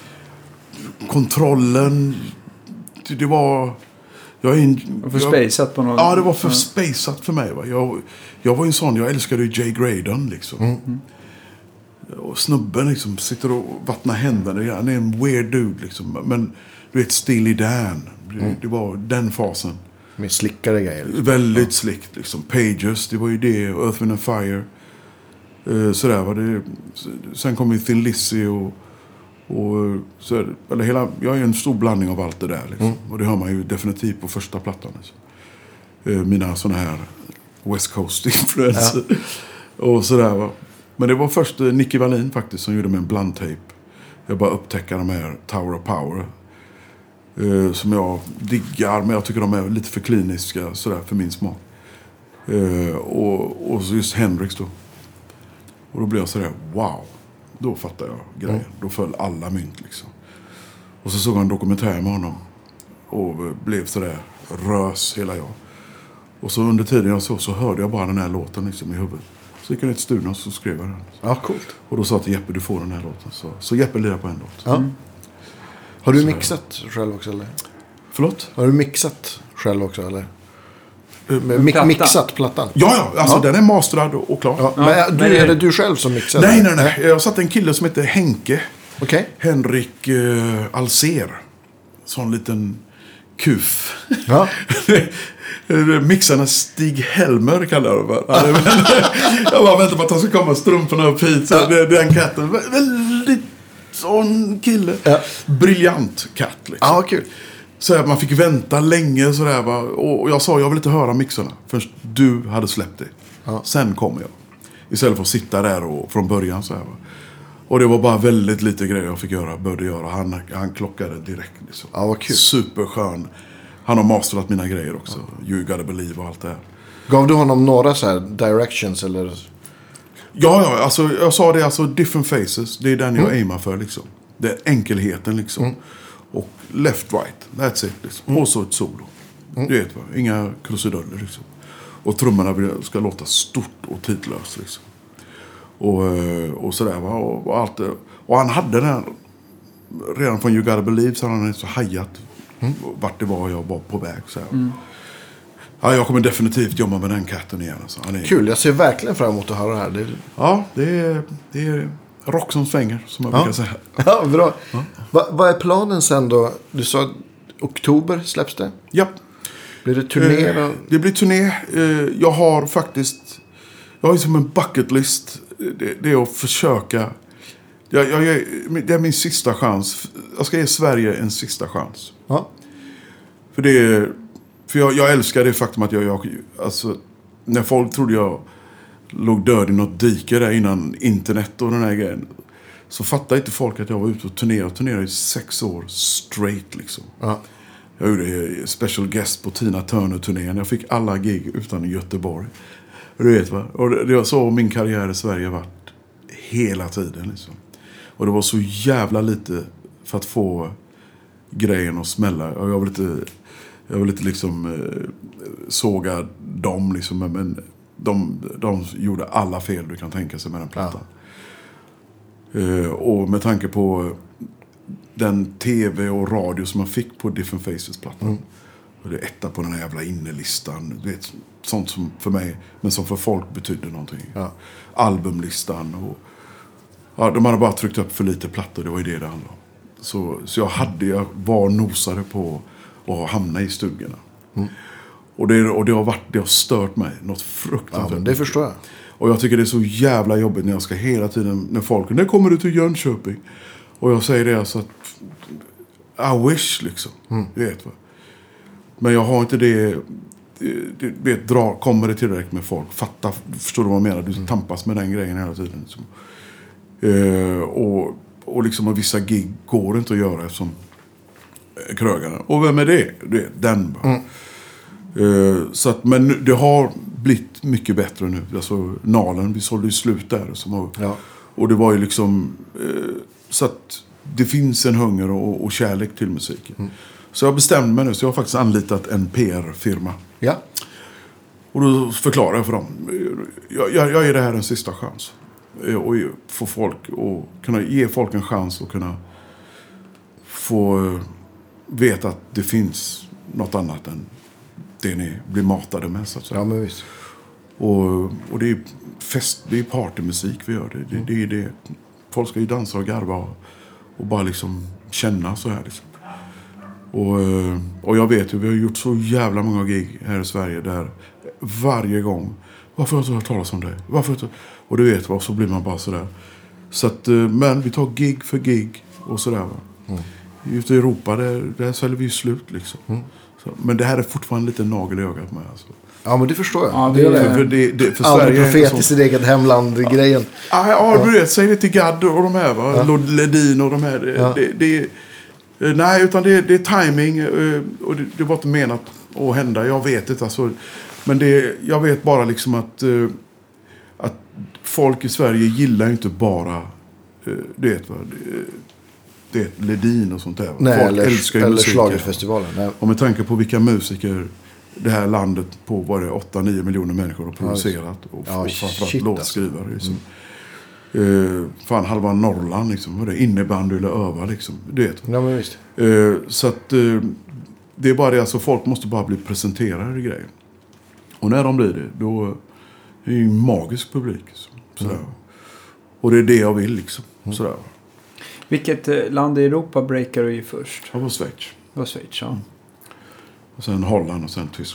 kontrollen. Det, det var... Jag är in, för spejsat på något. Ja, det var för mm. spejsat för mig. Va? Jag, jag var ju en sån, jag älskade ju Jay Graydon liksom. Mm. Och snubben liksom sitter och vattnar händerna. Han är en weird dude liksom. Men du vet, Steely Dan. Det, mm. det var den fasen. Med slickare grejer. Liksom. Väldigt ja. slickt liksom. Pages, det var ju det. Earth, Wind and Fire. Uh, sådär var det. Sen kom ju Thin Lizzy och... Och så, eller hela, jag är en stor blandning av allt det där liksom. Mm. Och det hör man ju definitivt på första plattan liksom. uh, Mina såna här West Coast influenser ja. Och sådär va. Men det var först uh, Nicky Wallin faktiskt som gjorde med en blandtape. Jag bara upptäckte de här Tower of Power uh, som jag diggar, men jag tycker de är lite för kliniska sådär för min smak. uh, och, och så just Hendrix då. Och då blev jag sådär, wow. Då fattade jag grejen. Mm. Då föll alla mynt liksom. Och så såg jag en dokumentär med honom. Och blev sådär rös hela jag. Och så under tiden jag såg så hörde jag bara den här låten liksom i huvudet. Så gick jag ner till studion och så skrev jag den. Ja, coolt. Och då sa jag till Jeppe, du får den här låten. Så, så Jeppe lirar på en låt. Ja. Mm. Har du så mixat själv också eller? Förlåt? Har du mixat själv också eller? Mi- Platta. Mixat plattan? Ja, ja. Alltså ja. Den är masterad och klar. Ja. Men ja, du, är det du själv som mixar? Nej, nej, nej. Jag satt en kille som heter Henke. Okay. Henrik uh, Alser. Sån liten kuf. Ja. Mixarna Stig Helmer kallar jag det. Jag bara väntar på att han ska komma strumporna upp hit. Så det, den katten, väldigt sån kille. Ja. Briljant katt liksom. Ja, kul. Så att man fick vänta länge sådär, va? Och jag sa jag vill inte höra mixarna först du hade släppt det. Ja. Sen kom jag. Istället för att sitta där och från början så här, va? Och det var bara väldigt lite grejer jag fick göra, började göra. Han, han klockade direkt liksom. Ja, vad kul. Superskön. Han har masterat mina grejer också. Ja. You Gotta Believe och allt det här. Gav du honom några så här directions eller? Ja, ja, alltså jag sa det, alltså different faces. Det är den jag mm. aimar för liksom. Det är enkelheten liksom. Mm. Och left, right, that's it liksom. Mm. Och så ett solo. Mm. Du vet va, inga krusiduller liksom. Och trummorna ska låta stort och tidlöst liksom. Och, och sådär va, och, och allt det. Och han hade den här, redan från You Gotta Believe så hade han så hajat mm. vart det var jag var på väg så här. Mm. Ja, jag kommer definitivt jobba med den katten igen alltså. Han är... Kul, jag ser verkligen fram emot att höra det här. Det är... Ja, det är, det är rock som svänger, som jag ja. brukar säga. Ja, bra. Ja. Va, vad är planen sen då? Du sa oktober släpps det? Ja. Blir det turné? Eh, det blir turné. Eh, jag har faktiskt, jag har liksom en bucket list. Det, det är att försöka. Jag, jag, jag, det är min sista chans. Jag ska ge Sverige en sista chans. Ja. För det är, för jag, jag älskar det faktum att jag, jag alltså, när folk trodde jag låg död i något dike där innan internet och den här grejen, så fattade inte folk att jag var ute och turnerade. Jag turnerade i sex år straight liksom. Ja. Jag gjorde special guest på Tina Turner-turnén. Jag fick alla gig utan i Göteborg. Du vet va? Och det var så min karriär i Sverige varit hela tiden liksom. Och det var så jävla lite för att få grejen att smälla. Och jag var lite, jag var lite liksom eh, sågad dem liksom. Men de, de gjorde alla fel du kan tänka sig med den plattan. Ja. Eh, och med tanke på den tv och radio som man fick på Different Faces-plattan. Mm. Och det är etta på den här jävla innelistan. Du vet, sånt som för mig, men som för folk betydde någonting. Ja. Albumlistan. Och, ja, de hade bara tryckt upp för lite plattor, det var ju det det handlade om. Så, så jag hade, jag var nosade på att hamna i stugorna. Mm. Och, det, och det har varit, det har stört mig något fruktansvärt. Ja, men det förstår jag. Och jag tycker det är så jävla jobbigt när jag ska hela tiden, när folk, när kommer du till Jönköping? Och jag säger det alltså att I wish liksom. Mm. Du vet va. Men jag har inte det, det vet, dra, kommer det tillräckligt med folk. Fatta, förstår du vad jag menar? Du tampas med den grejen hela tiden. Liksom. Uh, och, och liksom vissa gig går inte att göra eftersom krögarna. Och vem är det? Det är den bara. Mm. Uh, så att, men det har blivit mycket bättre nu. Alltså Nalen, vi sålde ju slut där. Som har, ja. Och det var ju liksom... Uh, så att det finns en hunger och, och kärlek till musiken. Mm. Så jag bestämde mig nu, så jag har faktiskt anlitat en P R-firma. Ja. Och då förklarar jag för dem. Jag, jag, jag ger det här en sista chans. Och få folk och kunna ge folk en chans att kunna få veta att det finns något annat än det ni blir matade med, så att säga. Ja, men visst. Och, och det är fest, det är partymusik vi gör. Det, det, det är det. Folk ska ju dansa och garva och, och bara liksom känna så här liksom. Och, och jag vet ju, vi har gjort så jävla många gig här i Sverige där varje gång, varför har jag hört talas om det? Varför inte? Och du vet vad, så blir man bara sådär. Så att, men vi tar gig för gig och sådär. Mm. Ute i Europa, där, där säljer vi ju slut liksom. Mm. Så, men det här är fortfarande lite nagel i ögat med alltså. Ja, men det förstår jag. Ja, det är det. För, det, det, för aldrig profet i sitt eget hemland-grejen. Ja, ja, ja, du vet, säg det till Gadd och de här, va? Ja. Lord Ledin och de här. Det, ja. det, det, nej, utan det, det är timing och det, det var inte menat att hända. Jag vet inte, alltså. Men det, jag vet bara liksom att, att folk i Sverige gillar inte bara, du vet va, det är Ledin och sånt där. Nej, folk eller, älskar ju eller musiken. Schlagerfestivalen. Nej. Och med tanke på vilka musiker det här landet på var det åtta nio miljoner människor har producerat. Ja, och, ja, och framförallt låtskrivare. Liksom. Mm. Uh, fan, halva Norrland liksom. Var det innebandy eller öva liksom. Du vet. Ja, men visst. Uh, så att uh, det är bara det. Alltså, folk måste bara bli presenterade i grejen. Och när de blir det, då är det en magisk publik. Sådär. Mm. Och det är det jag vill liksom. Mm. Sådär. Vilket land i Europa breakar du i först? Det var Schweiz. Det var Schweiz, ja. Mm. Och sen Holland och sen Tyskland.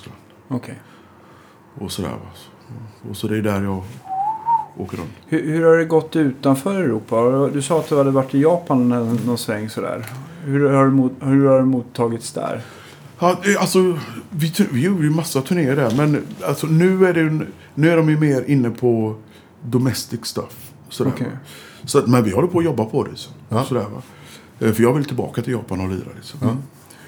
Okej. Och sådär. Va? Och så det är där jag åker runt. Hur, hur har det gått utanför Europa? Du sa att du hade varit i Japan någon sväng sådär. Hur har det, mot, hur har det mottagits där? Ja, alltså, vi, vi gjorde ju massa turnéer där. Men alltså, nu, är det, nu är de ju mer inne på domestic stuff. Sådär, okay. Så att, men vi håller på att jobba på det. Så. Ja. Sådär, va? För jag vill tillbaka till Japan och lira. Liksom. Ja.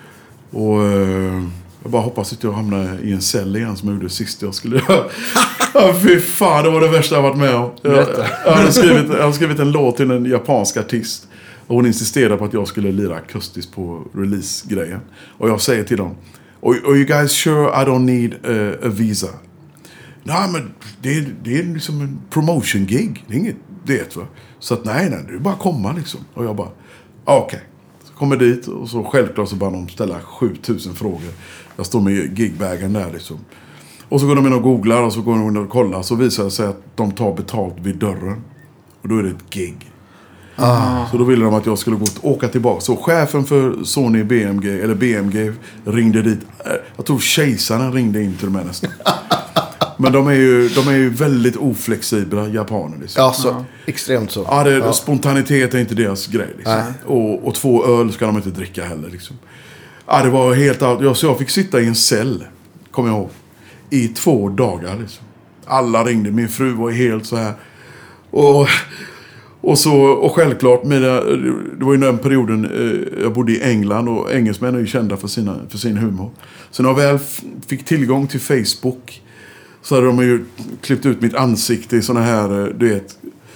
Och eh, jag bara hoppas att jag hamnar i en cell igen som jag gjorde sist jag skulle göra. Ja, fy fan, det var det värsta jag varit med om. Jag, jag, hade skrivit, jag hade skrivit en låt till en japansk artist. Och hon insisterade på att jag skulle lira akustiskt på release-grejen. Och jag säger till dem, Are you guys sure I don't need a, a visa? Nej, men det är, det är liksom en promotion-gig. Det är inget det, va? Så att nej, nej, det är bara att komma liksom. Och jag bara, okej. Okay. Så kommer dit och så självklart så bara de ställa sjutusen frågor. Jag står med gigbagen där liksom. Och så går de in och googlar och så går de in och kollar. Så visar det sig att de tar betalt vid dörren. Och då är det ett gig. Ah. Så då ville de att jag skulle gå och åka tillbaka. Så chefen för Sony B M G, eller B M G, ringde dit. Jag tror kejsaren ringde in till och med nästan. Men de är ju, de är ju väldigt oflexibla japaner. Liksom. Ja, så, ja. Extremt så. Ja, det, ja, spontanitet är inte deras grej. Liksom. Och, och två öl ska de inte dricka heller. Liksom. Ja, det var helt allt. Så jag fick sitta i en cell, kommer jag ihåg, i två dagar. Liksom. Alla ringde. Min fru var helt så här. Och... Och, så, och självklart, mina, det var ju den perioden eh, jag bodde i England och engelsmän är ju kända för, sina, för sin humor. Så när jag väl f- fick tillgång till Facebook så hade de ju klippt ut mitt ansikte i såna här, du vet,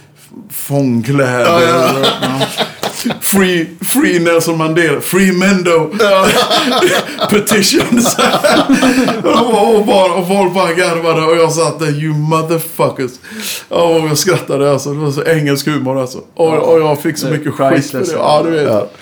fångkläder. Ja, ja. Ja. Free, free Nelson Mandela, Free Mendo, ja. Petitions. och, och, bara, och folk bara garvade och jag satt där, you motherfuckers. Och jag skrattade alltså, det var så engelsk humor alltså. Och, och jag fick så mycket skit för det. Ja, du vet. Ja.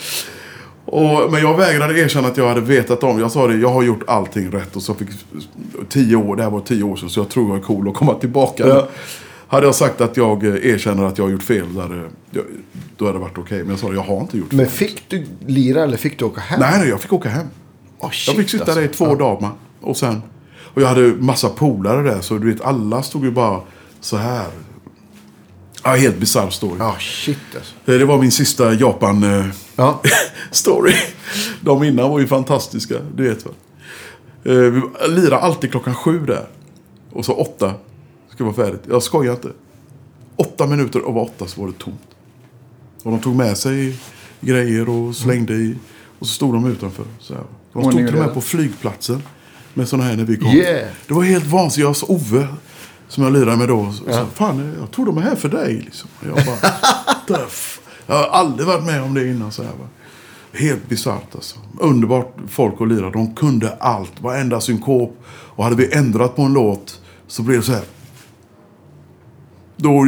Och, men jag vägrade erkänna att jag hade vetat om. Jag sa det, jag har gjort allting rätt. Och så fick tio år, det här var tio år sedan. Så jag tror jag är cool att komma tillbaka. Ja. Hade jag sagt att jag erkänner att jag har gjort fel, då hade, då hade det varit okej. Okay. Men jag sa jag har inte gjort fel. Men fick du lira eller fick du åka hem? Nej, nej, jag fick åka hem. Oh, shit, jag fick sitta alltså. där i två ja. dagar. Och sen, och jag hade massa polare där. Så du vet, alla stod ju bara så här. Ja, helt bizarr story. Ja, oh, shit alltså. Det var min sista Japan-story. Ja. De innan var ju fantastiska, du vet va. Vi lirade alltid klockan sju där. Och så åtta ska vara färdigt. Jag skojar inte. Åtta minuter över åtta så var det tomt. Och de tog med sig grejer och slängde i. Och så stod de utanför. Så här. De stod till och med på flygplatsen. Med sådana här när vi kom. Yeah. Det var helt vansinnigt. Jag sa Ove, som jag lirade med då. Och ja. Så, fan, jag tror de är här för dig. Liksom. Och jag bara, jag har aldrig varit med om det innan. Så här, va? Helt bizarrt alltså. Underbart folk att lira. De kunde allt. Varenda synkop. Och hade vi ändrat på en låt så blev det så här. Då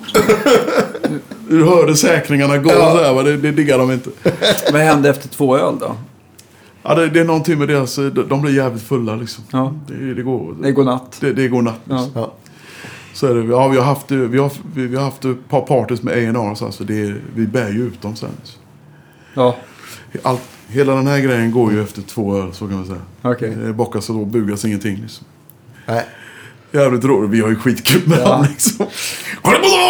du hörde säkringarna gå ja. Så här, va? Det, det diggar de inte. Vad hände efter två öl då? Ja, det, det är någonting med deras, de blir jävligt fulla liksom. Ja. Det, det går det går natt. Det, det går natt. Ja. Ja. Så är det. Ja, vi har haft vi har vi har haft ett par parties med A and R så alltså det vi bär ju ut dem sen. Så. Ja. Allt, hela den här grejen går ju efter två öl, så kan man säga. Okej. Okay. Det bockas och då bugas ingenting liksom. Nej. Jävligt roligt. Vi har ju skitkul med ja. Dem liksom. Ja,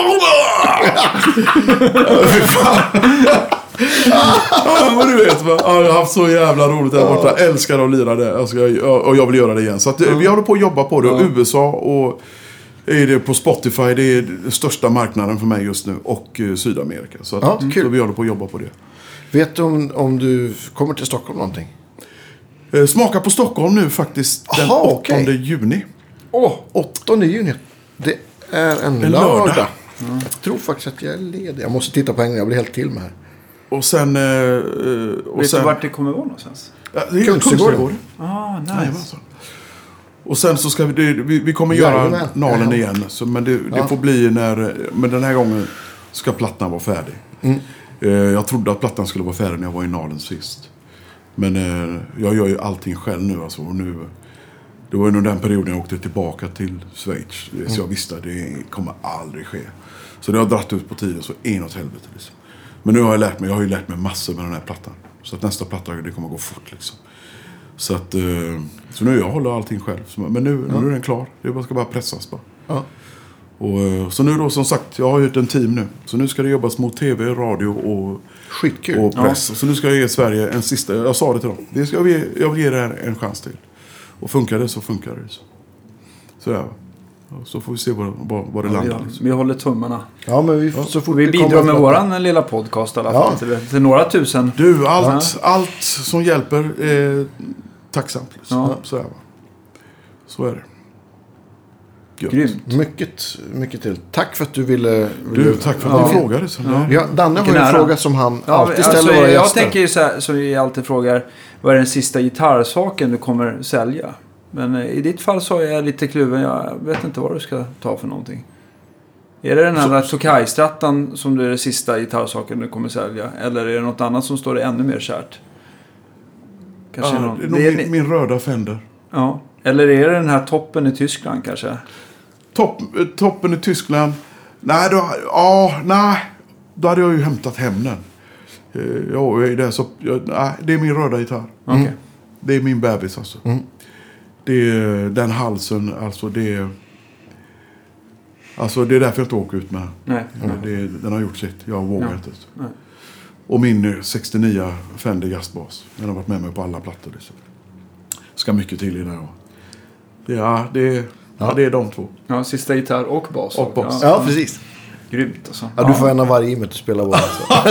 men du vet, va? Ja, jag har haft så jävla roligt där borta. Jag älskar att lira det. Jag ska, och jag vill göra det igen. Så att, ja. Vi håller på att jobba på det. Ja. U S A och är det på Spotify. Det är den största marknaden för mig just nu. Och uh, Sydamerika. Så, att, ja, kul. Så vi håller på att jobba på det. Vet du om, om du kommer till Stockholm någonting? Eh, smaka på Stockholm nu faktiskt. Den Aha, åttonde okay. juni. Åh, oh, åttonde juni. Det är en, en lördag. lördag. Mm. Jag tror faktiskt att jag är ledig. Jag måste titta på en gång. Jag blir helt till med här. Och sen... Eh, och Vet sen, du vart det kommer vara någonstans? Ja, det är Kungsträdgården. Ah, nice. Nej, alltså. Och sen så ska vi... Det, vi, vi kommer göra Jajamän. Nalen ja. igen. Så, men det, det ja. får bli när... Men den här gången ska plattan vara färdig. Mm. Eh, jag trodde att plattan skulle vara färdig när jag var i Nalen sist. Men eh, jag gör ju allting själv nu. Alltså, och nu det var ju under den perioden jag åkte tillbaka till Schweiz. Mm. Så jag visste att det kommer aldrig ske. Så det har dratt ut på tiden så inåt helvete liksom. Men nu har jag lärt mig, jag har ju lärt mig massor med den här plattan. Så att nästa platta, det kommer gå fort liksom. Så att... Uh, så nu jag håller allting själv. Men nu, ja. nu är den klar. Det ska bara pressas bara. Ja. Och, så nu då som sagt, jag har ju ett team nu. Så nu ska det jobbas mot tv, radio och, Skitkul. och press. Ja. Så nu ska jag ge Sverige en sista, jag sa det till dem. Det ska jag, ge, jag vill ge det här en chans till. Och funkar det så funkar det. Så, så, ja. Så får vi se var, var, var det ja, landar. Vi, liksom. vi håller tummarna. Ja, men vi, så fort vi bidrar med våran lilla podcast i alla fall. Ja. Till, till några tusen. Du, allt, ja. allt som hjälper är tacksamt. Liksom. Ja. Så, är så är det. Gött. Grymt. Mycket, mycket till. Tack för att du ville... ville du, tack för att ja. du frågade. Ja. Ja, Danne har ju en fråga som han ja, alltid ställer alltså, våra jag gäster. tänker ju så här, så jag alltid frågar, vad är den sista gitarrsaken du kommer sälja? Men i ditt fall så är jag lite kluven. Jag vet inte vad du ska ta för någonting. Är det den här Tokai-strattan som du är den sista gitarrsaken du kommer sälja? Eller är det något annat som står det ännu mer kärt? Kanske ja, någon, det är nog det är min, min röda Fender. Ja. Eller är det den här toppen i Tyskland kanske? Topp, toppen i Tyskland? Nej, då, ja, nej. Då hade jag ju hämtat hem den. Ja, jag är där, så, jag, nej, det är min röda gitarr. Mm. Okay. Det är min bebis alltså. Mm. Det är den halsen, alltså det är... Alltså det är därför jag inte åker ut med. Nej. Mm. Det, den har gjort sitt. Jag vågar inte. Nej. Och min sextionio Fender jazzbas. Den har varit med mig på alla plattor. Liksom. Ska mycket till i det här. Det, ja, det, ja. Ja, det är de två. Ja, sista gitarr och bas. Och bas. Ja, ja, precis. Grymt alltså. Ja, du får en av varje i och med att du spelar båda.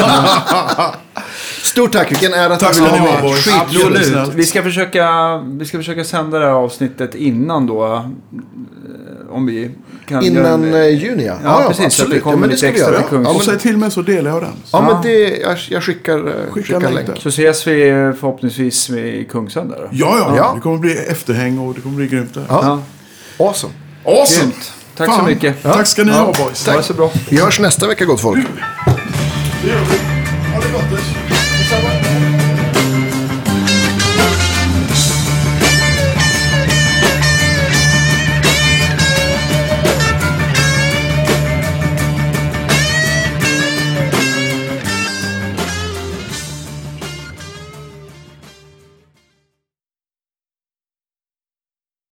Stort tack, vilken ära att tack du ville ha med. Absolut. Vi ska, försöka, vi ska försöka sända det här avsnittet innan då. Om vi kan innan göra... juni, ja. Ja, ja precis. Så att det kommer ja, lite extra till Kungs. Ja, och säg till mig så delar jag den. Så. Ja, men det, jag, jag skickar, skickar länk. Så ses vi förhoppningsvis i Kungsan där då. Ja, ja, ja. Det kommer bli efterhäng och det kommer bli grymt där. Ja. Ja. Awesome. Awesome. Grymt. Tack Fan. så mycket. Ja. Tack ska ni ja. ha, boys. Tack. Det var så bra. Vi hörs nästa vecka, gott folk. Det gör vi.